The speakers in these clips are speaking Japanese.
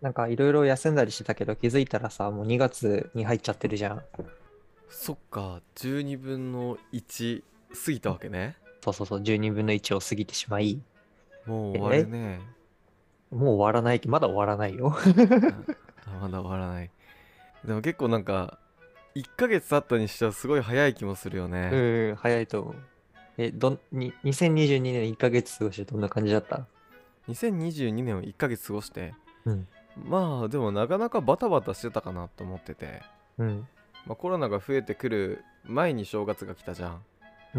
なんかいろいろ休んだりしてたけど気づいたらさ、もう2月に入っちゃってるじゃん。 そっか、12分の1過ぎたわけね。 そうそうそう、12分の1を過ぎてしまい。 もう終わるえ、 ね。 もう終わらない、まだ終わらないよ。 あ、まだ終わらない。でも結構なんか、1ヶ月経ったにしてはすごい早い気もするよね。 うん、早いと思う。2022年1ヶ月過ごしてどんな感じだった？ 2022年を1ヶ月過ごして、 うん、 まあでもなかなかバタバタしてたかなと思ってて、 うん、 コロナが増えてくる前に正月が来たじゃん。 うん、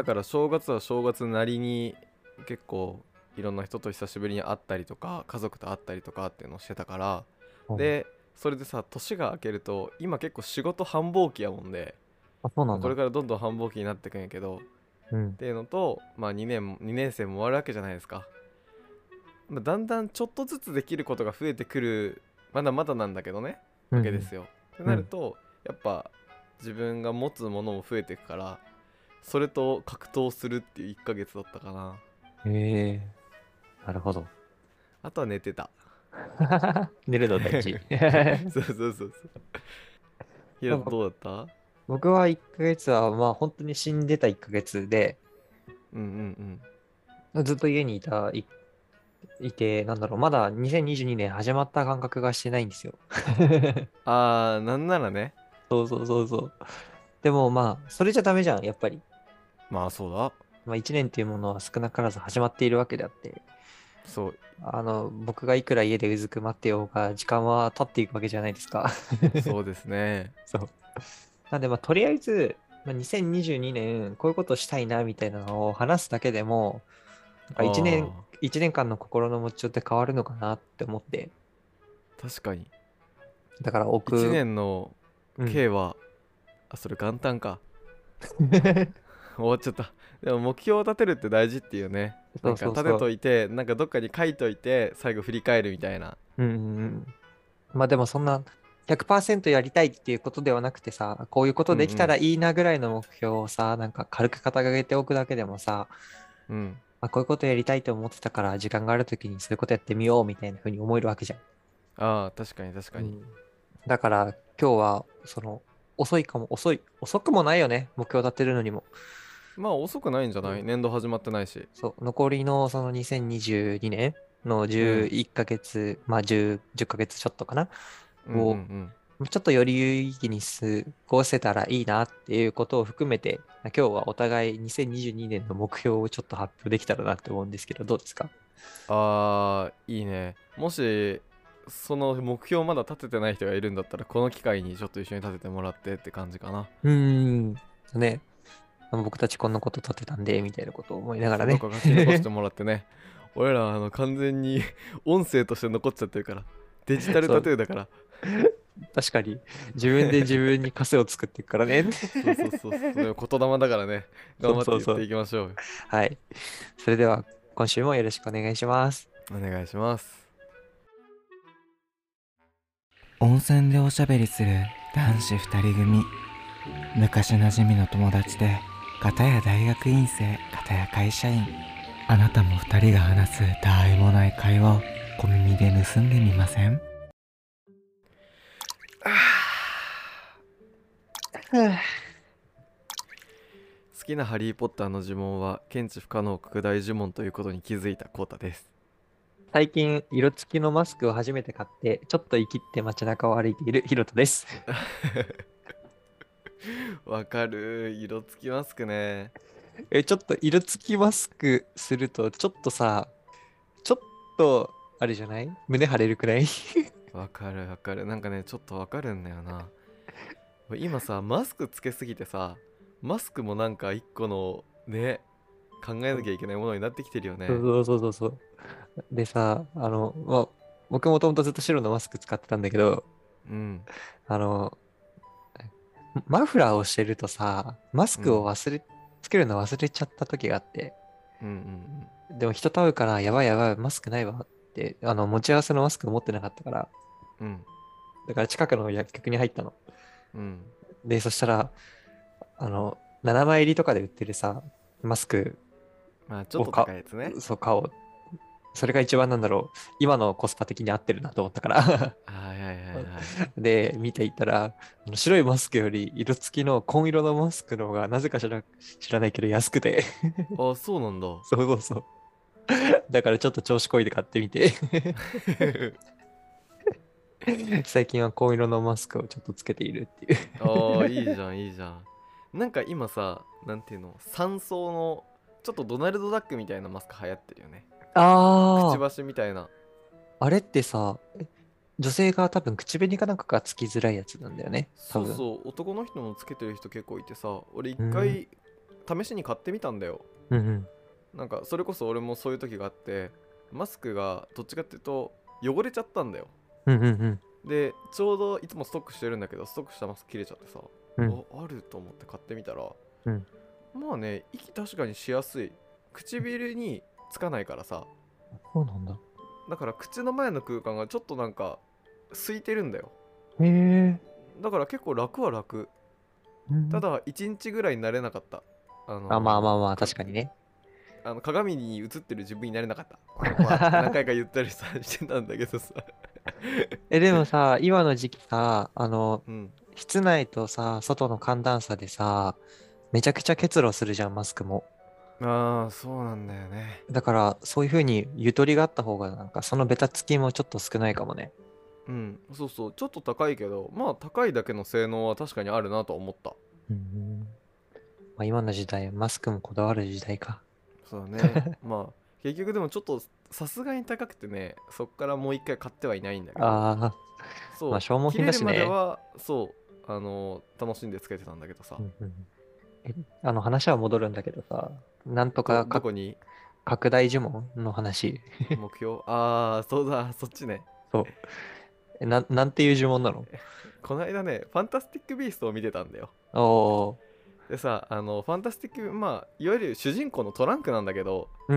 だから正月は正月なりに結構いろんな人と久しぶりに会ったりとか家族と会ったりとかっていうのをしてたから、 うん。 でそれでさ、年が明けると今結構仕事繁忙期やもんで、 あ、そうなんだ。 これからどんどん繁忙期になってくんやけど、っうん、 ていうのと、2年生も終わるわけじゃないですか。だんだんちょっとずつできることが増えてくる、まだまだなんだけどね、 うん、 わけですよ。ってうん。 なると、やっぱ自分が持つものも増えていくから、それと格闘するっていう1ヶ月だったかな。 ええ、なるほど。 あとは寝てた。 寝るの大事。 そうそうそうそう。ひろなんかとどうだった？ 僕は1ヶ月は、まあ本当に死んでた1ヶ月で、 うんうんずっと家にいて、なんだろう、まだ2022年始まった感覚がしてないんですよ。 うん。あー、なんならね。 そうそうそうそう。でもまあ、それじゃダメじゃん、やっぱり。 まあそうだ。 まあ1年っていうものは少なからず始まっているわけであって、 そう。 僕がいくら家でうずくまってようが、時間は経っていくわけじゃないですか。 そうですね。 そう。なんでまあ、とりあえず、まあ、2022年、こういうことしたいな、みたいなのを話すだけでも、なんかあ一年間の心の持ちようって変わるのかなって思って、 ー、確かに。 だから 1 僕、 年のうん。 計は、あ、それ元旦か。終わっちゃった。でも目標を立てるって大事っていうね。 そなんか立てうそうそう。 といて、なんかどっかに書いといて、最後振り返るみたいな。 うんうんうん。まあでもそんな100%やりたいっていうことではなくてさ、こういうことできたらうんいいなぐらいの目標をさ、なんか軽く掲げておくだけでもさ、 うん。うん。 まあ、こういうことやりたいと思ってたから時間があるときにそういうことやってみようみたいな風に思えるわけじゃん。 ああ、確かに確かに。 うん。だから今日は、遅いかも、遅くもないよね、目標立てるのにも。 まあ遅くないんじゃない？ うん。 年度始まってないし。 そう、残りのその2022年のうん 11ヶ月、まあ10ヶ月ちょっとかなうんうんうを、 ん。 ちょっとより有意義に過ごせたらいいなっていうことを含めて、今日はお互い2022年の目標をちょっと発表できたらなって思うんですけど、どうですか？ あー、いいね。もしその目標まだ立ててない人がいるんだったら、この機会にちょっと一緒に立ててもらってって感じかな。 うーん。ね。僕たちこんなこと立てたんで、みたいなことを思いながらそう、どっね。 か書き残してもらってね。俺ら完全に音声として残っちゃってるから、デジタルタそう。 トゥーだから。 確かに、自分で自分に枷を作っていくからね。 そうそうそうそう。でも言霊だからね、頑張って言ってそうそうそう。 いきましょう。 はい。それでは、今週もよろしくお願いします。 お願いします。 温泉でおしゃべりする男子二人組。昔馴染みの友達で、片や大学院生、片や会社員。あなたも二人が話すたわいもない会話を小耳で盗んでみません？ 好きなハリー・ポッターの呪文は検知不可能拡大呪文ということに気づいたコータです。 最近、色付きのマスクを初めて買って、ちょっと生きって街中を歩いているヒロトです。 わかる、色付きマスクね。 ちょっと色付きマスクすると、ちょっとさ、ちょっと、あれじゃない胸張れるくらい？ わかるわかる、なんかね、ちょっとわかるんだよな。今さ、マスクつけすぎてさ、マスクもなんか一個のね、考えなきゃいけないものになってきてるよね。 そうそうそうそう。でさ、まあ、僕もともとずっと白のマスク使ってたんだけど、 うん。 あの、マフラーをしてるとさ、マスクをうんつけるの忘れちゃった時があって、 うんうんでも人と会うから、やばいやばい、マスクないわって、持ち合わせのマスクを持ってなかったから、 うんだから近くの薬局に入ったの。 うん。 で、そしたら、7枚入りとかで売ってるさ、マスクまあちょっとを高いやつね。 そう、買おう。 それが一番なんだろう、今のコスパ的に合ってるなと思ったからはいはいはいはい。 で、見ていったら、白いマスクより色付きの紺色のマスクの方がなぜか知らないけど安くてあ、そうなんだ。 そうそうそう。だからちょっと調子こいで買ってみて最近は紺色のマスクをちょっとつけているっていう。 ああ、いいじゃんいいじゃん。なんか今さ、なんていうの、三層のちょっとドナルドダックみたいなマスク流行ってるよね。くちああ、 ばしみたいな。 あれってさ、女性が多分口紅かなんかがつきづらいやつなんだよね。多分。 そうそう、男の人もつけてる人結構いてさ、俺一うん。 回試しに買ってみたんだよ。 うんうん。 なんかそれこそ俺もそういう時があって、マスクがどっちかっていうと汚れちゃったんだよ。 うんうんでちょうどいつもストックしてるんだけど、ストックしたマスク切れちゃってさ、 うん。 あると思って買ってみたら、 うん。 まあね、息確かにしやすい。唇につかないからさ、 そうなんだ。 だから口の前の空間がちょっとなんか空いてるんだよ。 へえ。 だから結構楽は楽。 うん。 ただ1日ぐらいになれなかった。 あ、まあまあまあ、確かにね。 鏡に映ってる自分になれなかった。怖い怖いって何回か言ったりさしてたんだけどさでもさ、今の時期さ、 うん。 室内とさ、外の寒暖差でさ、めちゃくちゃ結露するじゃん、マスクも。 ああ、そうなんだよね。 だから、そういう風にゆとりがあった方が、なんかそのベタつきもちょっと少ないかもね。 うん、そうそう、ちょっと高いけど、まあ高いだけの性能は確かにあるなと思った。 うん。まあ、今の時代、マスクもこだわる時代か。 そうだね。まあ、結局でもちょっとさすがに高くてね、そっからもう一回買ってはいないんだけど、 ああ、まあそう、 消耗品切れるまでだしね。 は、そう、楽しんでつけてたんだけどさ。 うんうん。え話は戻るんだけどさ、なんとかどこに拡大呪文の話。 目標ああ、そうだ、そっちね。 そう。なんていう呪文なの？ この間ね、ファンタスティック・ビーストを見てたんだよ。 おー。 でさ、ファンタスティック、まあ、いわゆる主人公のトランクなんだけど、 うん。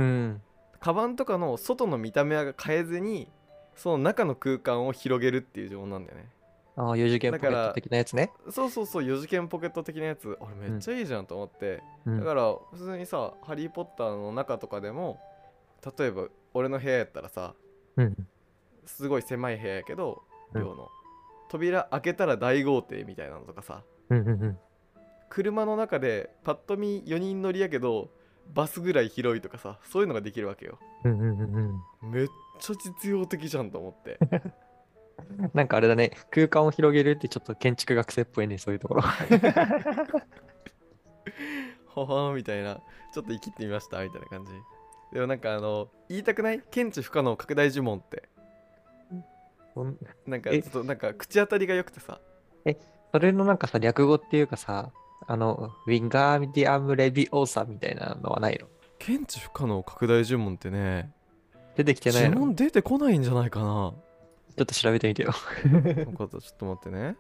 カバンとかの外の見た目は変えずに、その中の空間を広げるっていう呪文なんだよね。 ああ、4次元ポケットだから、 的なやつね。 そうそうそう、4次元ポケット的なやつ、俺めっうん。 ちゃいいじゃんと思って、 うん。 だから普通にさ、ハリー・ポッターの中とかでも、例えば俺の部屋やったらさ、 うん。 すごい狭い部屋やけど、 うん。 寮の扉開けたら大豪邸みたいなのとかさ、 うん。うん。 車の中でパッと見4人乗りやけどバスぐらい広いとかさ、そういうのができるわけよ。 うん。うん。うん。 めっちゃ実用的じゃんと思って。 なんかあれだね、空間を広げるってちょっと建築学生っぽいね、そういうところ。 ははーみたいな、ちょっと生きってみましたみたいな感じ。でもなんか言いたくない？検知不可能拡大呪文って。 ほんなんかえ、 ちょっとなんか口当たりが良くてさ。 え、それのなんかさ、略語っていうかさ、ウィンガーミディアムレビオーサみたいなのはないの？ 検知不可能拡大呪文ってね、 出てきてないの？ 呪文出てこないんじゃないかな。 ちょっと調べてみてよ。 分かった、ちょっと待ってね。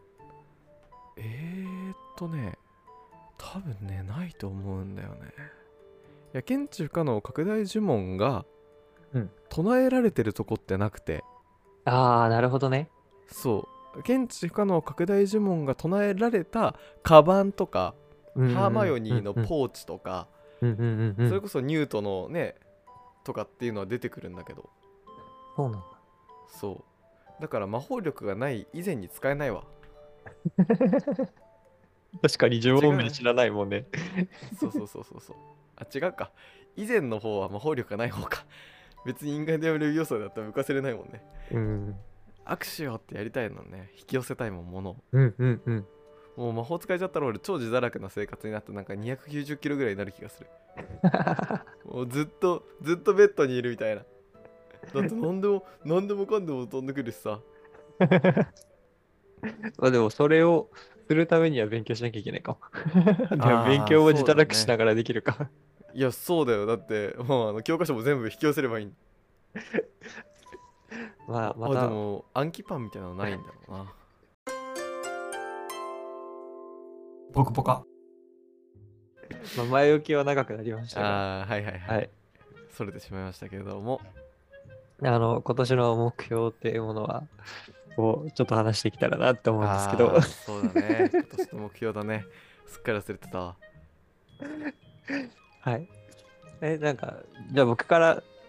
ね、多分ね、ないと思うんだよね。いや、検知不可能拡大呪文がうん。 唱えられてるとこってなくて、 ああ、なるほどね。 そう、検知不可能拡大呪文が唱えられたカバンとか、 うんうんハーマヨニーうんうんのポーチとか、 うんうんうんうん。 それこそニュートのね、とかっていうのは出てくるんだけど、 そうなんだ。 そうだから魔法力がない以前に使えないわ。 確かに呪違う、 文名知らないもんね。 そうそうそうそうそう、あ、違うか、以前の方は魔法力がない方か。別に因果でやる要素だったら浮かせれないもんね。 うん。 握手よってやりたいのね、引き寄せたいもん、ものを。 うんうんうん。 もう魔法使いちゃったら俺超自堕落な生活になってなんか290キロぐらいになる気がする。もうずっとベッドにいるみたいな。だって何でもかんでも飛んでくるしさ。 まあでもそれをするためには勉強しなきゃいけないかも。でも勉ああ、 強を自堕そうだね。 落しながらできるか。 いや、そうだよ。だってもう教科書も全部引き寄せればいい。 まあまあ、でた、 も暗記パンみたいなのないんだろうな。 ポカポカ。 まあ、前置きは長くなりましたが、 ああ、はいはいはい。 はい。 それてしまいましたけれども。 今年の目標っていうものは、をちょっと話してきたらなって思うんですけど、 ああ、そうだね。今年の目標だね。すっかり忘れてたわ。 はい。なんか、じゃあ僕から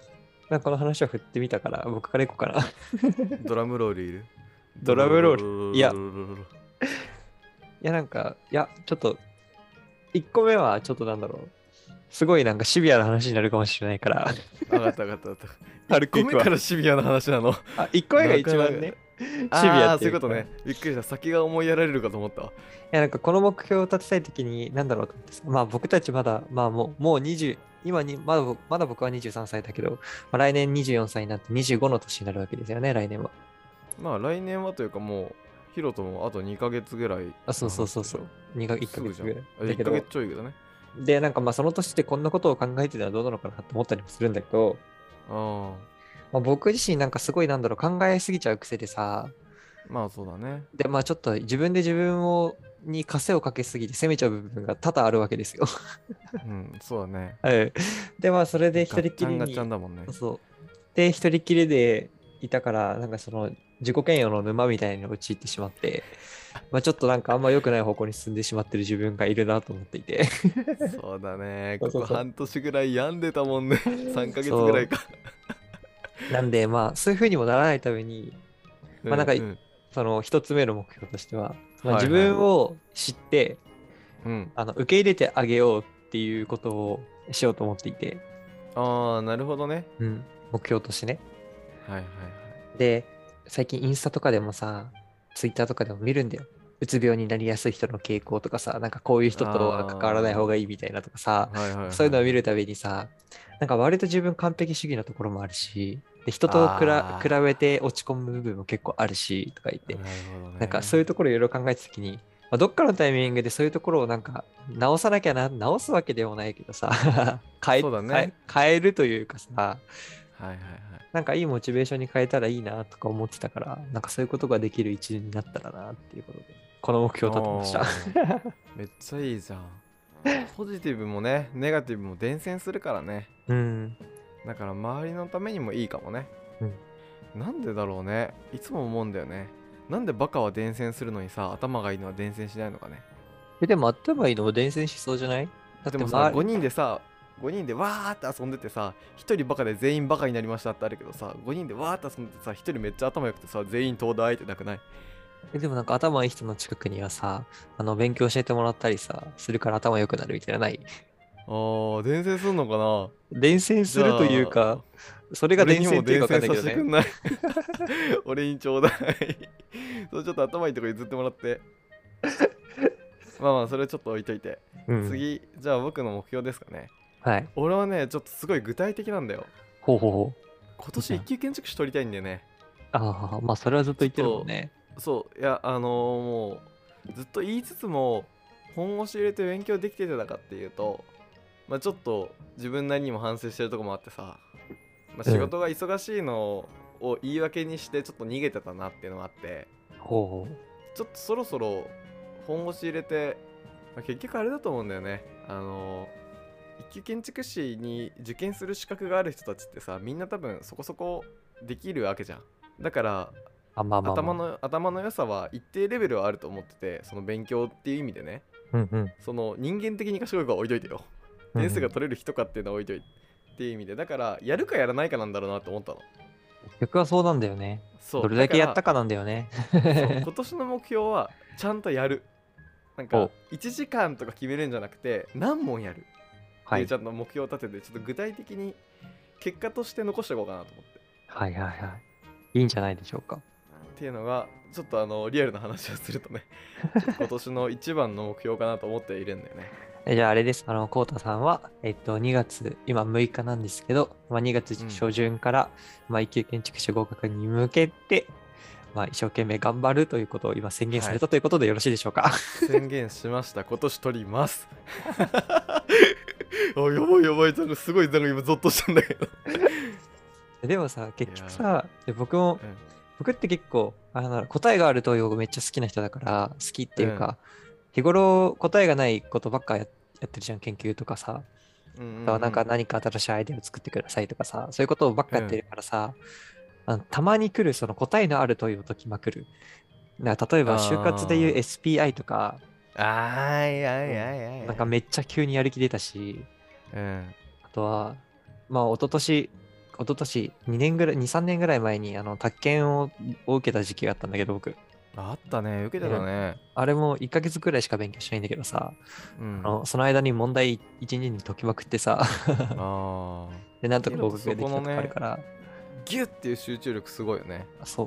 なんかこの話を振ってみたから、僕からいこうかな。 ドラムロールいる？ ドラムロール。いや、 ル。 なんか、ちょっと、1個目はちょっとなんだろう。すごいなんかシビアな話になるかもしれないから、 分かった分かった分かった。 軽く 1 いくわ。 個目からシビアな話なの？ 1個目が一番ね、シビアっていうか。 そういうことね。びっくりした。先が思いやられるかと思ったわ。 なんかこの目標を立てたいときに、なんだろうと思ってさ、まあ僕たちまだ、まあもう20、今に、まだ僕は23歳だけど、来年24歳になって25の年になるわけですよね、来年は。 まあ来年はというかもう、ヒロともあと2ヶ月ぐらいの話でしょ。 そう。1ヶすぐじゃん。 月ぐらい。だ 1 けど、 ヶ月ちょいだね。 で、なんかまあその年でこんなことを考えてたらどうなのかなと思ったりもするんだけど、 あ僕自身なんかすごいなんだろう、考えすぎちゃう癖でさ、 まあそうだね。 で、まあちょっと自分で自分に枷をかけすぎて責めちゃう部分が多々あるわけですよ。 そうだね。 はい。で、まあそれで一人っきりガッチャンに、 だもんね。 そう。で、一人っきりでいたから、なんかその自己嫌悪の沼みたいに陥ってしまって、まあちょっとなんかあんま良くない方向に進んでしまってる自分がいるなと思っていて。 そうだね。 そうそうそうここ半年ぐらい病んでたもんね。3ヶ月そうぐらいか。 なんで、まあそういう風にもならないために、まあなんかうんその一つ目の目標としては、まあ、 はいはい自分を知って、 うん。 受け入れてあげようっていうことをしようと思っていて、 ああ、なるほどね。 目標としてね。 はいはいはい。 で、最近インスタとかでもさ、ツイッターとかでも見るんだよ。うつ病になりやすい人の傾向とかさ、なんかこういう人とは関わらない方がいいみたいなとかさ、 はいはいはい。 そういうのを見るたびにさ、なんか割と自分完璧主義なところもあるし、で人と比べて落ち込む部分も結構あるし、とか言って、 なるほどね。 なんかそういうところいろいろ考えたときに、どっかのタイミングでそういうところをなんか直さなきゃな、直すわけでもないけどさ、 そうだね。 変えるというかさ、 はいはいはい。 なんかいいモチベーションに変えたらいいなとか思ってたから、なんかそういうことができる一年になったらなっていうことで、この目標を立てました。 めっちゃいいじゃん。ポジティブもね、ネガティブも伝染するからね。だから周りのためにもいいかもね。なんでだろうね。いつも思うんだよね。なんでバカは伝染するのにさ、頭がいいのは伝染しないのかね。 でも頭いいのも伝染しそうじゃない？だってでもさ、5人でさ、5人でわーって遊んでてさ、1人バカで全員バカになりましたってあるけどさ、5人でわーって遊んでてさ、1人めっちゃ頭良くてさ、全員東大ってなくない？ でもなんか頭いい人の近くにはさ、勉強教えてもらったりさ、するから頭良くなるみたいなない？ 伝染すんのかな？ 伝染するというか、それが伝染っていうか分かんないけどね。 俺にちょうだい。そうちょっと頭いいとこ譲ってもらって。まあそれちょっと置いといて。次、じゃあ僕の目標ですかね。 はい。 俺はね、ちょっとすごい具体的なんだよ。 ほう。 今年一級建築士取りたいんだよね。 まあそれはずっと言ってるもんね。 そう、いや、もう、ずっと言いつつも、本腰入れて勉強できてたかっていうと、まあちょっと自分なりにも反省してるとこもあってさ、仕事が忙しいのを言い訳にしてちょっと逃げてたなっていうのがあって、ちょっとそろそろ本腰入れて、結局あれだと思うんだよね。一級建築士に受験する資格がある人たちってさ、みんな多分そこそこできるわけじゃん。だから頭の良さは一定レベルはあると思ってて、その勉強っていう意味でね、その人間的に賢いかは置いといてよ、点数が取れる人かっていうのは置いといてっていう意味で、だからやるかやらないかなんだろうなと思ったの。 結局はそうなんだよね。どれだけやったかなんだよね。 今年の目標はちゃんとやる。なんか1時間とか決めるんじゃなくて何問やるっていうちゃんと目標を立てて、ちょっと具体的に結果として残していこうかなと思って。 いいんじゃないでしょうか。 っていうのがちょっとリアルな話をするとね、今年の一番の目標かなと思っているんだよね。 じゃああれです。コウタさんは、2月、今6日なんですけど、2月初旬から、一級建築士合格に向けて、一生懸命頑張るということを今宣言されたということでよろしいでしょうか。 宣言しました。今年取ります。やばい、すごい今ゾッとしたんだけど。 でもさ、結局さ、僕って結構答えがある問いをめっちゃ好きな人だから、好きっていうか、日頃答えがないことばっかやってるじゃん、研究とかさ。なんか何か新しいアイデアを作ってくださいとかさ、そういうことばっかやってるからさ、たまに来るその答えのある問いを解きまくる。例えば就活でいう SPI とか、なんかめっちゃ急にやる気出たし、あとは、一昨年一昨年2年ぐらい、2、3年ぐらい前に、宅建を受けた時期があったんだけど、僕。 あったね、受けてたね。 あれも1ヶ月くらいしか勉強しないんだけどさ、その間に問題1日に解きまくってさで、なんとか合格ができたとかあるから。 ギュッっていう集中力すごいよね。 そう、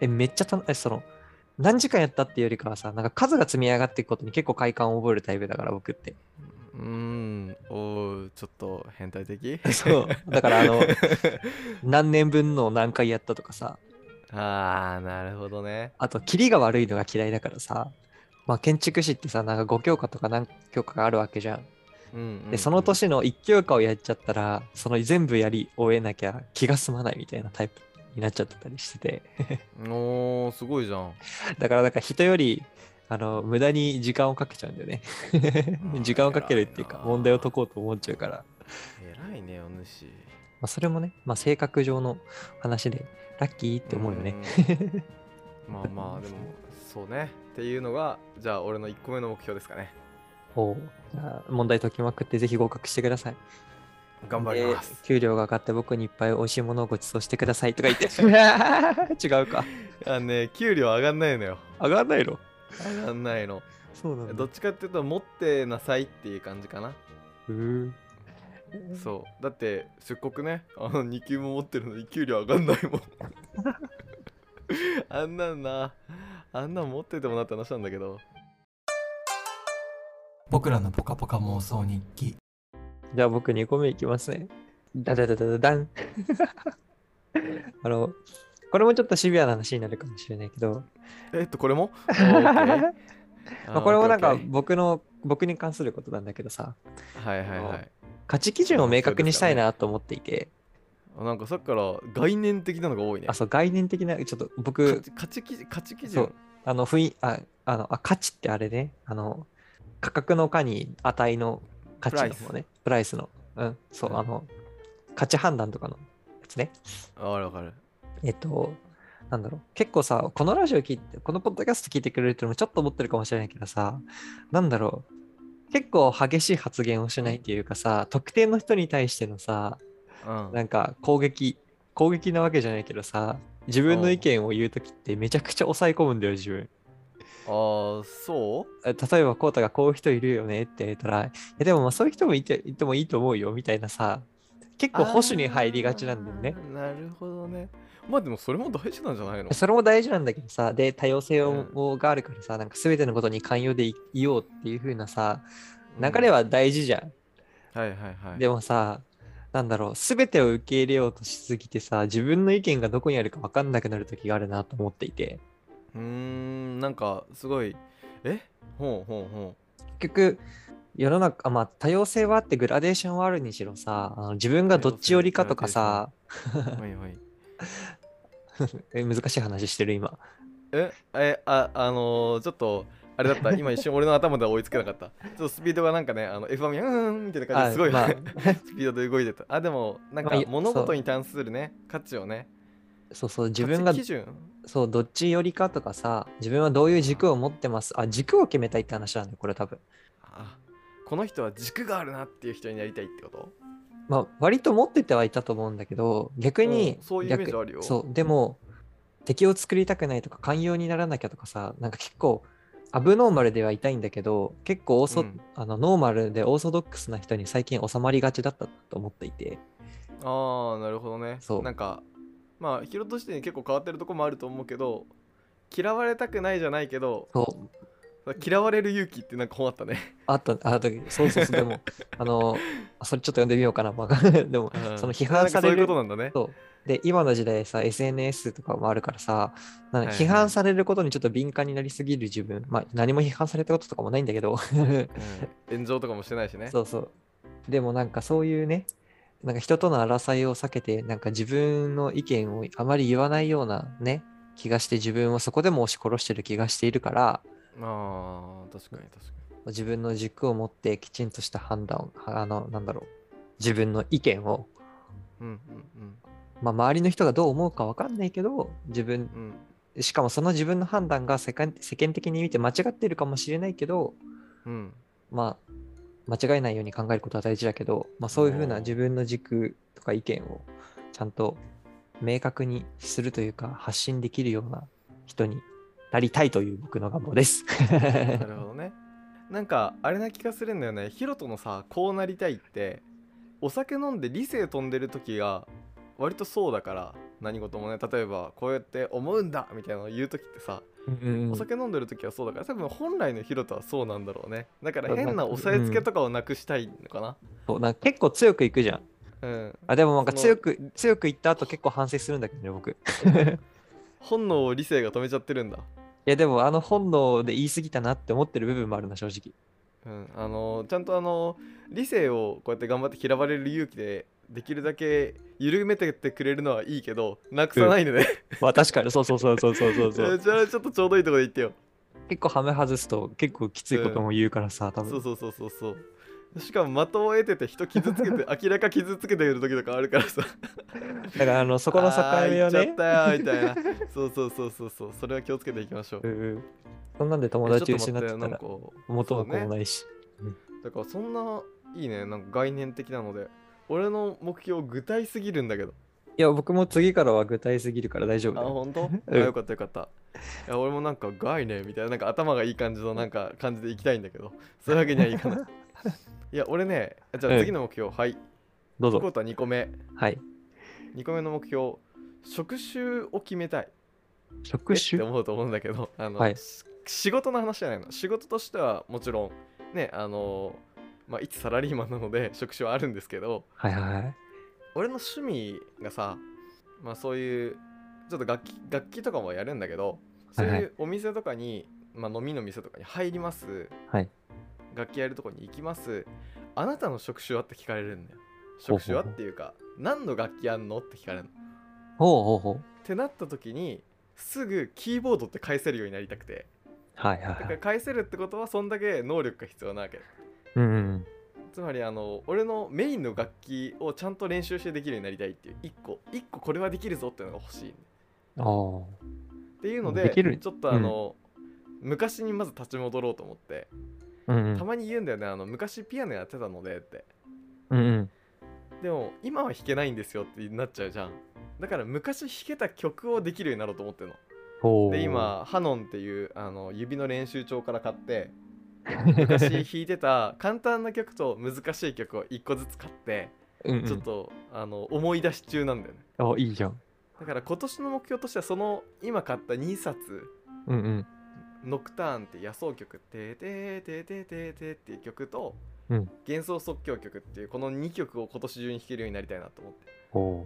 めっちゃ何時間やったっていうよりかはさ、なんか数が積み上がっていくことに結構快感を覚えるタイプだから、僕って。 ちょっと変態的そう。だから何年分の何回やったとかさ。 なるほどね。 あと、キリが悪いのが嫌いだからさ。まあ、建築士ってさ、なんか5教科とか何教科があるわけじゃん。で、その年の1教科をやっちゃったら、その全部やり終えなきゃ気が済まないみたいなタイプになっちゃってたりしててすごいじゃん。 だからなんか人より無駄に時間をかけちゃうんだよね時間をかけるっていうか問題を解こうと思っちゃうから。 偉いね、お主。 それもね、性格上の話でラッキーって思うよねまあまあでもそうねっていうのがじゃあ俺の1個目の目標ですかね。 じゃあ問題解きまくってぜひ合格してください。 頑張ります。 給料が上がって僕にいっぱい美味しいものをご馳走してくださいとか言って違うか。 給料上がんないのよ。 上がんないの？ 上がんないの。 そうなんだ。 どっちかっていうと持ってなさいっていう感じかな。そうだってせっかくね2級も持ってるのに給料上がんないもんあんなん持っててもなって話なんだけど。 僕らのポカポカ妄想日記。 じゃあ僕2個目いきますね。ダダダダダダンこれもちょっとシビアな話になるかもしれないけど。 これもこれもなんか僕に関することなんだけどさ。価値基準を明確にしたいなと思っていて。 なんかさっきから概念的なのが多いね。 そう、概念的な、ちょっと僕。 価値基準。 そう、価値ってあれね、価格の価に値の価値の方ね、プライスの、そう、価値判断とかのやつね。 わかる。 なんだろう、結構さ、このラジオ聞いて、このポッドキャスト聞いてくれるってのもちょっと思ってるかもしれないけどさ、なんだろう、結構激しい発言をしないっていうかさ、特定の人に対してのさ、なんか攻撃なわけじゃないけどさ、自分の意見を言うときってめちゃくちゃ抑え込むんだよ、自分。 そう例えば、コウタがこういう人いるよねって言ったら、でもそういう人もいてもいいと思うよみたいなさ、結構保守に入りがちなんだよね。 なるほどね。まあでもそれも大事なんじゃないの？ それも大事なんだけどさ、で、多様性があるからさ、なんか全てのことに寛容でいようっていう風なさ、流れは大事じゃん。でもさ、なんだろう、全てを受け入れようとしすぎてさ、自分の意見がどこにあるか分かんなくなる時があるなと思っていて。 なんかすごい、 結局、世の中、多様性はあってグラデーションはあるにしろさ、自分がどっち寄りかとかさ、難しい話してる今。 ちょっとあれだった今一瞬俺の頭では追いつけなかった。ちょっとスピードがなんかねF1 みたいな感じですごい、スピードで動いてた。でもなんか物事に関するね価値をね、 そう自分がそうどっち寄りかとかさ、自分はどういう軸を持ってます、軸を決めたいって話なんだよこれ多分。 この人は軸があるなっていう人になりたいってこと？ 割と持っててはいたと思うんだけど、逆にそういうイメージあるよ。 そうでも敵を作りたくないとか寛容にならなきゃとかさ、なんか結構アブノーマルではいたいんだけど、結構ノーマルでオーソドックスな人に最近収まりがちだったと思っていて。 なるほどね。なんか人として結構変わってるとこもあると思うけど、嫌われたくないじゃないけど、嫌われる勇気ってなんか本あったね。 そうでもそれちょっと読んでみようかな。でも、その批判される、 そういうことなんだね。 で今の時代さ SNS とかもあるからさ、批判されることにちょっと敏感になりすぎる自分、何も批判されたこととかもないんだけど炎上とかもしてないしね。 でもなんかそういうね、なんか人との争いを避けて、なんか自分の意見をあまり言わないようなね気がして、自分をそこでも押し殺してる気がしているから、 確かに自分の軸を持ってきちんとした判断を、なんだろう、自分の意見を、周りの人がどう思うか分かんないけど、しかもその自分の判断が世間的に見て間違ってるかもしれないけど、 間違えないように考えることは大事だけど、まあ、そういうふうな自分の軸とか意見をちゃんと明確にするというか発信できるような人になりたいという僕の願望です。 なるほどね。なんかあれな気がするんだよね。ヒロトのさ、こうなりたいってお酒飲んで理性飛んでる時が割とそうだから、何事もね、例えばこうやって思うんだみたいなのを言う時ってさ、お酒飲んでる時はそうだから、多分本来のヒロトはそうなんだろうね。だから変な押さえつけとかをなくしたいのかな。 そうなんか結構強くいくじゃん。でもなんか強く言った後結構反省するんだけどね、僕。 本能を理性が止めちゃってるんだ。 いやでも本能で言い過ぎたなって思ってる部分もあるな、正直。 ちゃんと理性をこうやって頑張って嫌われる勇気でできるだけ緩めてってくれるのはいいけど、なくさないでね。 まあ確かに、そう。 じゃあちょっとちょうどいいとこで言ってよ。 結構ハメ外すと結構きついことも言うからさ、多分。 そう。しかも的を得てて人傷つけて明らか傷つけてる時とかあるからさ。 だからそこの境目をね。 言っちゃったよみたいな。そう。それは気をつけていきましょう。 そんなんで友達失ってたら元も子もないし。 だからそんないいね、なんか概念的なので。俺の目標具体すぎるんだけど。 いや、僕も次からは具体すぎるから大丈夫だよ。 本当？よかった。いや、俺もなんか概念みたいな、なんか頭がいい感じのなんか感じでいきたいんだけど、そういうわけにはいかない。いや、俺ね、じゃあ次の目標、はい。 どうぞ。 こうは2個目。 はい。 2個目の目標、職種を決めたい。 職種って思うと思うんだけど、 はい、 仕事の話じゃないの。仕事としてはもちろん、ね、一サラリーマンなので職種はあるんですけど、俺の趣味がさ、まあそういうちょっと楽器とかもやるんだけど、そういうお店とかに、まあ、飲みの店とかに入ります、楽器やるとこに行きます。あなたの職種はって聞かれるんだよ。職種はっていうか、何の楽器やんのって聞かれるの。ってなった時にすぐキーボードって返せるようになりたくて、だから返せるってことはそんだけ能力が必要なわけ。つまり俺のメインの楽器をちゃんと練習してできるようになりたいっていう、一個これはできるぞっていうのが欲しい。っていうのでちょっと昔にまず立ち戻ろうと思って、たまに言うんだよね、昔ピアノやってたのでって、でも今は弾けないんですよってなっちゃうじゃん。だから昔弾けた曲をできるようになろうと思ってるの。で今ハノンっていう指の練習帳から買って、昔弾いてた簡単な曲と難しい曲を1個ずつ買って、ちょっと思い出し中なんだよね。 いいじゃん。 だから今年の目標としてはその今買った2冊、ノクターンって野草曲ててててててっていう曲と、幻想即興曲っていうこの2曲を今年中に弾けるようになりたいなと思って、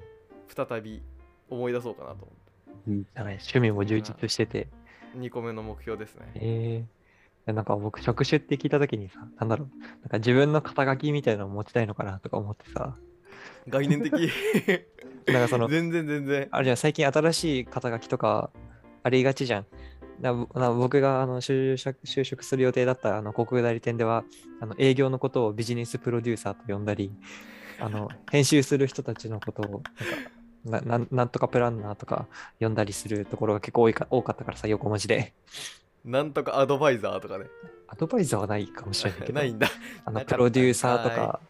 再び思い出そうかなと思って。 いいじゃない、趣味も充実してて。 2個目の目標ですね。 なんか僕職種って聞いた時にさ、なんか自分の肩書きみたいなのを持ちたいのかなとか思ってさ。 概念的。なんか全然あれじゃん、最近新しい肩書きとかありがちじゃん。僕が就職する予定だった広告代理店では営業のことをビジネスプロデューサーと呼んだり、編集する人たちのことをなんとかプランナーとか呼んだりするところが結構多かったからさ、横文字で。 なんとかアドバイザーとかね。 アドバイザーはないかもしれないけど。 ないんだ。 プロデューサーとか、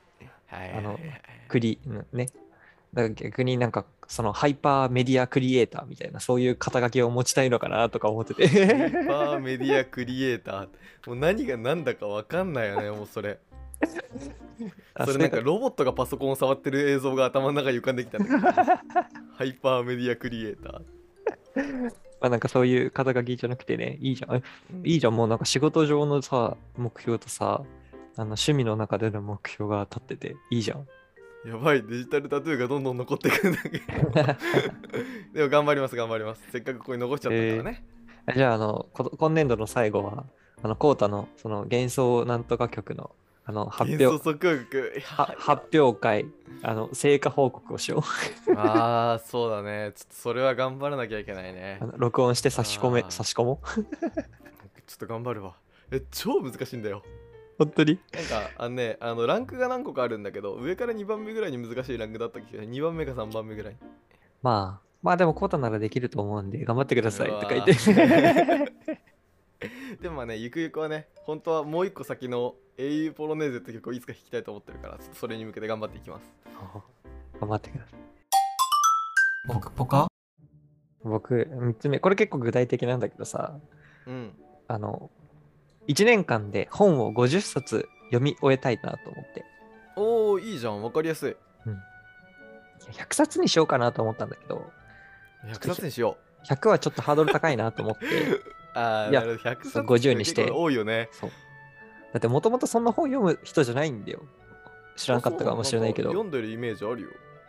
ね。だから逆になんかそのハイパーメディアクリエイターみたいなそういう肩書きを持ちたいのかなとか思ってて。 ハイパーメディアクリエイター。もう何が何だか分かんないよね、もうそれ。それなんかロボットがパソコンを触ってる映像が頭の中に浮かんできたんだけど。ハイパーメディアクリエイター。 なんかそういう肩書きじゃなくてね、いいじゃん。いいじゃん、もうなんか仕事上のさ、目標とさ、趣味の中での目標が立ってていいじゃん。 やばい、デジタルタトゥーがどんどん残ってくるんだけど。でも頑張ります。せっかくここに残しちゃったからね。 じゃあ、今年度の最後は、コウタのその幻想なんとか曲の発表会、成果報告をしよう。ああ、そうだね。ちょっとそれは頑張らなきゃいけないね。 録音して差し込もう。 ちょっと頑張るわ。超難しいんだよ。 本当になんかランクが何個かあるんだけど、上から2番目ぐらいに難しいランクだったけど、2番目か3番目ぐらい。 まあでもコウタならできると思うんで頑張ってくださいとか言って。 でもね、ゆくゆくはね、本当はもう一個先の英雄ポロネーゼって曲をいつか弾きたいと思ってるから、ちょっとそれに向けて頑張っていきます。 頑張ってください。 僕ポカ。 僕、3つ目。これ結構具体的なんだけどさ、 うん。 1年間で本を50冊読み終えたいなと思って。 おー、いいじゃん。わかりやすい。 100冊にしようかなと思ったんだけど、 100冊にしよ 100はちょっとハードル高いなと思って、 う。あー、 いやなるほど。100冊 50にして結構多いよね。 そう。だってもともとそんな本読む人じゃないんだよ。知らなかったかもしれないけど。 読んでるイメージあるよ。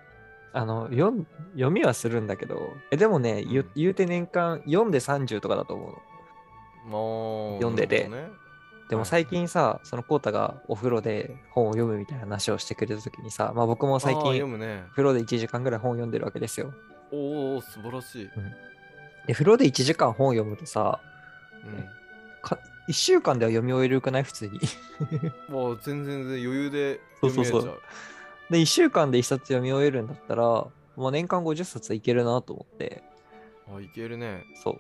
読みはするんだけど、でもね、言うて年間読んで30とかだと思うの。読んでて。 ね、 でも最近さ、そのコータがお風呂で本を読むみたいな話をしてくれた時にさ、まあ僕も最近、 読むね、 風呂で1時間ぐらい本を読んでるわけですよ。 おお、素晴らしい。 で、風呂で1時間本を読むとさ、1週間では読み終えるくない普通に。 もう全然余裕で読み終えちゃう。 で、1週間で1冊読み終えるんだったら、もう年間50冊いけるなと思って。 いけるね。 そう。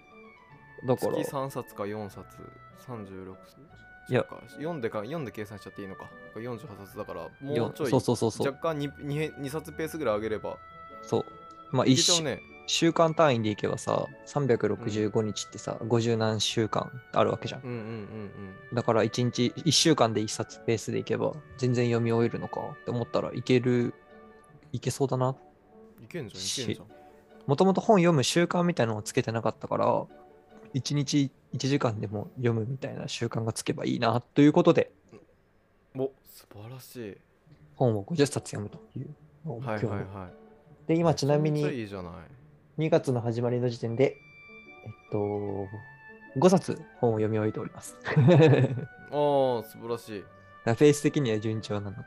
だから。 月3冊か4冊、36冊。 いや、 読んで計算しちゃっていいのか。48冊だから、もうちょい、若干 2冊ペースぐらい上げれば。 そう。まあ、週間単位でいけばさ、365日ってさ、50何週間あるわけじゃん。だから1週間で1冊ペースでいけば、全然読み終えるのかって思ったらいけそうだな。 いけんじゃん。 もともと本読む習慣みたいなのをつけてなかったから、1日1時間でも読むみたいな習慣がつけばいいなということで、 素晴らしい。 本を50冊読むというのを目標に。で、今ちなみに2月の始まりの時点で、5冊本を読み終えております。 ああ、素晴らしい。 ペース的には順調なので、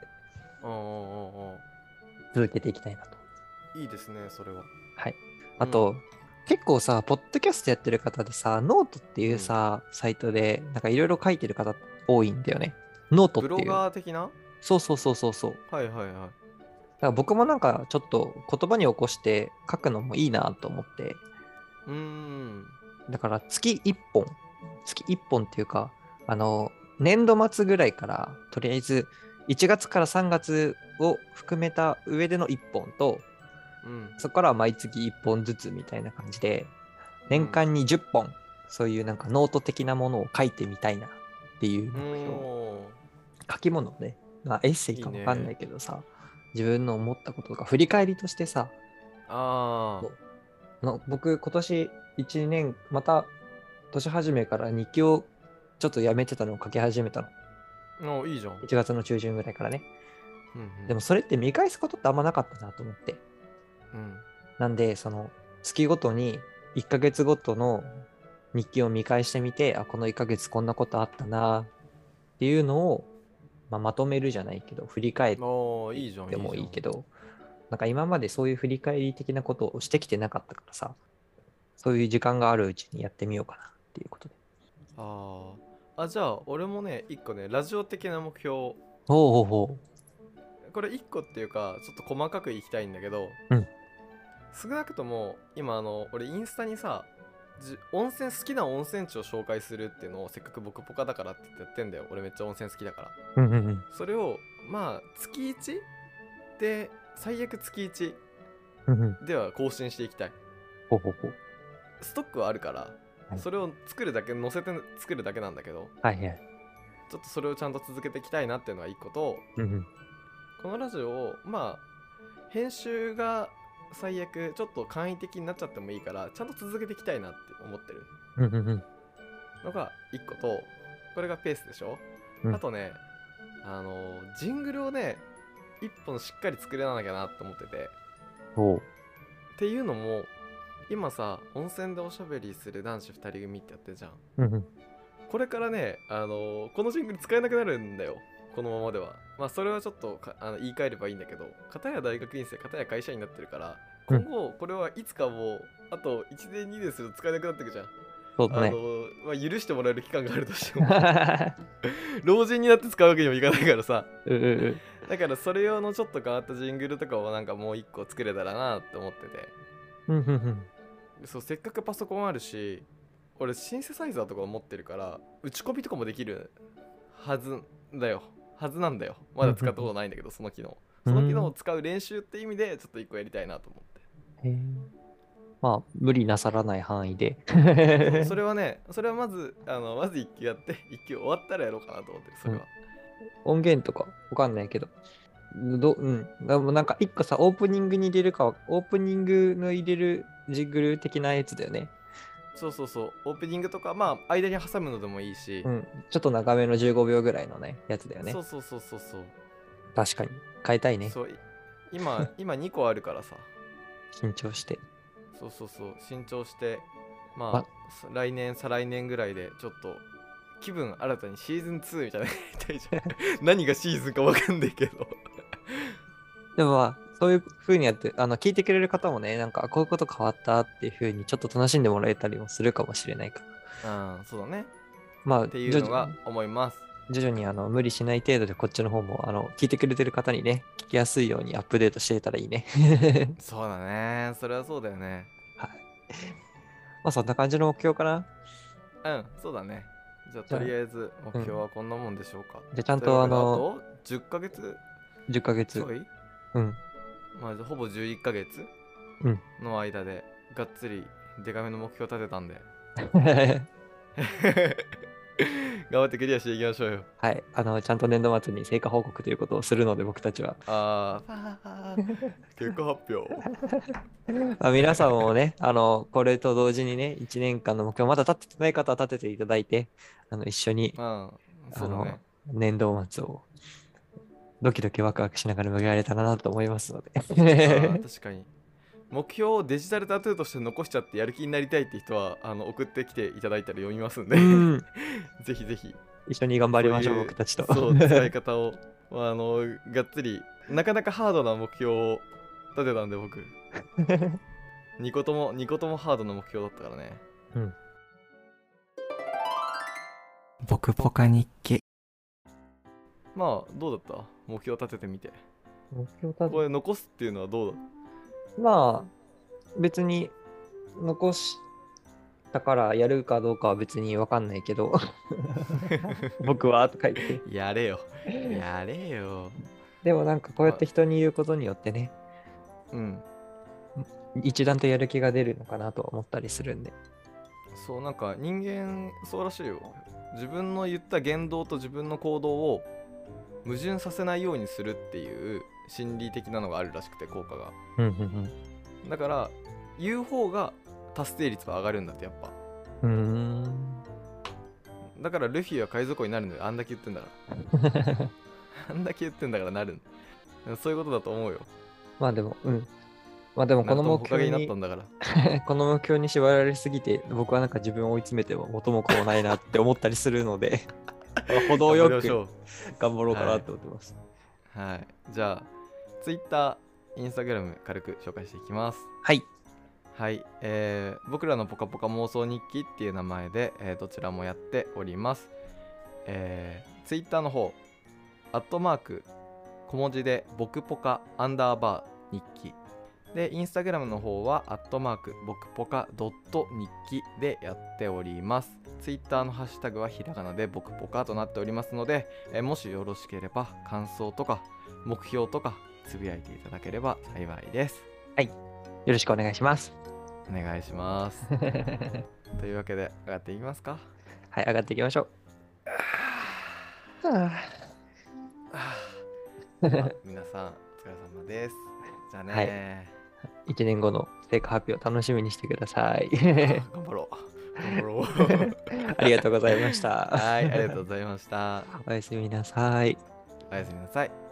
続けていきたいなと。 いいですね、それは。 はい。あと、結構さ、ポッドキャストやってる方でさ、ノートっていうさ、サイトで、なんかいろいろ書いてる方多いんだよね。ノートっていう。 ブロガー的な？ そう。 はい。だから僕もなんかちょっと言葉に起こして書くのもいいなと思って。だから月1本っていうか、年度末ぐらいから、とりあえず1月から3月を含めた上での1本と、そこからは毎月1本ずつみたいな感じで、年間に10本、そういうなんかノート的なものを書いてみたいなっていう目標。書き物ね。まあエッセイかわかんないけどさ、自分の思ったこととか振り返りとしてさ、僕今年1年、また年始めから日記をちょっとやめてたのを書き始めたの。いいじゃん。 1月の中旬ぐらいからね。でもそれって見返すことってあんまなかったなと思って。なんで、その月ごとに1ヶ月ごとの日記を見返してみて、この1ヶ月こんなことあったなっていうのを、まとめるじゃないけど、振り返ってもいいけど、なんか今までそういう振り返り的なことをしてきてなかったからさ、そういう時間があるうちにやってみようかなっていうことで。 じゃあ俺もね、1個ね、ラジオ的な目標。 これ1個っていうか、ちょっと細かくいきたいんだけど、少なくとも今俺インスタにさ、好きな温泉地を紹介するっていうのをせっかく僕ポカだからってやってんだよ。俺めっちゃ温泉好きだから。それをまあ月 1 で最悪月1では更新していきたい。ストックはあるから、それを載せて作るだけなんだけど、ちょっとそれをちゃんと続けていきたいなっていうのが1個と、このラジオをまあ編集が最悪ちょっと簡易的になっちゃってもいいからちゃんと続けていきたいなって思ってるのが1個と、これがペースでしょ。あとね、ジングルをね1本しっかり作れなきゃなって思ってて、っていうのも今さ、温泉でおしゃべりする男子2人組ってやってるじゃん。これからね、このジングル使えなくなるんだよ、このままでは。まあそれはちょっと言い換えればいいんだけど、片や大学院生片や会社員になってるから、今後これはいつかもうあと1年2年すると使えなくなってくじゃん。 そうだね。 許してもらえる期間があるとしても老人になって使うわけにもいかないからさだからそれ用のちょっと変わったジングルとかをなんかもう1個作れたらなって思ってて、そう、せっかくパソコンあるし、俺シンセサイザーとか持ってるから打ち込みとかもできるはずだよ。はずなんだよ。まだ使ったことないんだけど、その機能。その機能を使う練習って意味でちょっと一個やりたいなと思って。 へえ。まあ、無理なさらない範囲で。 それはね、それはまずまず1級やって、1級終わったらやろうかなと思ってる、それは。 音源とかわかんないけど。でもなんか一個さ、オープニングに入れるか、オープニングの入れるジングル的なやつだよね。 そうそうそう、オープニングとか、まあ、間に挟むのでもいいし、 ちょっと長めの15秒ぐらいのね、やつだよね。 そうそうそうそうそう。 確かに。変えたいね。 そう、今2個あるからさ。 緊張して。 そうそうそう、新調して、まあ、来年、再来年ぐらいで、ちょっと、気分新たにシーズン2みたいなのやりたいじゃん。何がシーズンか分かんないけど。 でもまあ、そういう風にやって、聞いてくれる方もね、なんか、こういうこと変わったっていう風に、ちょっと楽しんでもらえたりもするかもしれないから。 そうだね。 まあ、 っていうのが思います。 徐々に無理しない程度でこっちの方も聞いてくれてる方にね、聞きやすいようにアップデートしていたらいいね。 そうだね。それはそうだよね。 はい。まあそんな感じの目標かな。 そうだね。じゃあとりあえず目標はこんなもんでしょうか。 じゃあちゃんとあと10ヶ月 10ヶ月。 ちょいまあほぼ11ヶ月の間でがっつりデカめの目標立てたんで。頑張ってクリアしていきましょうよ。 はい。ちゃんと年度末に成果報告ということをするので、僕たちは。 結果発表。皆さんもね、これと同時にね、1年間の目標、まだ立ててない方は立てていただいて、一緒に、年度末をドキドキワクワクしながら迎えられたらなと思いますので。 確かに。目標をデジタルタトゥーとして残しちゃってやる気になりたいって人は送ってきていただいたら読みますんでぜひぜひ一緒に頑張りましょう。僕たちとそう使い方をがっつりなかなかハードな目標を立てたんで僕2個ともハードな目標だったからね。 僕ポカ日記。 まあどうだった？目標立ててみて。これ残すっていうのはどうだ？ まあ別に残したからやるかどうかは別に分かんないけど僕はとか言ってやれよでもなんかこうやって人に言うことによってね、一段とやる気が出るのかなと思ったりするんで。 そう、なんか人間そうらしいよ。自分の言った言動と自分の行動を矛盾させないようにするっていう心理的なのがあるらしくて、効果が。だから言う方が達成率は上がるんだって、やっぱ。だからルフィは海賊王になるんだよ。あんだけ言ってんだからあんだけ言ってんだからなるんだ。そういうことだと思うよ。 まあでもこの目標にこの目標に縛られすぎて僕はなんか自分を追い詰めても元も子もないなって思ったりするので程よく頑張ろうかなと思ってます。 はい、じゃあ Twitter、Instagram 軽く紹介していきます。はい、僕らのポカポカ妄想日記っていう名前で、どちらもやっております。Twitter の方@小文字で僕ポカ_日記で、Instagram の方は僕ポカ日記でやっております。Twitter のハッシュタグはひらがなで僕ポカとなっておりますので、もしよろしければ感想とか目標とかつぶやいていただければ幸いです。 はい、よろしくお願いします。 お願いしますというわけで上がっていきますか。 はい、上がっていきましょう。 皆さんお疲れ様です。じゃあね、 1年後の成果発表楽しみにしてください頑張ろうありがとうございました。 はい、ありがとうございました。 おやすみなさい。 おやすみなさい。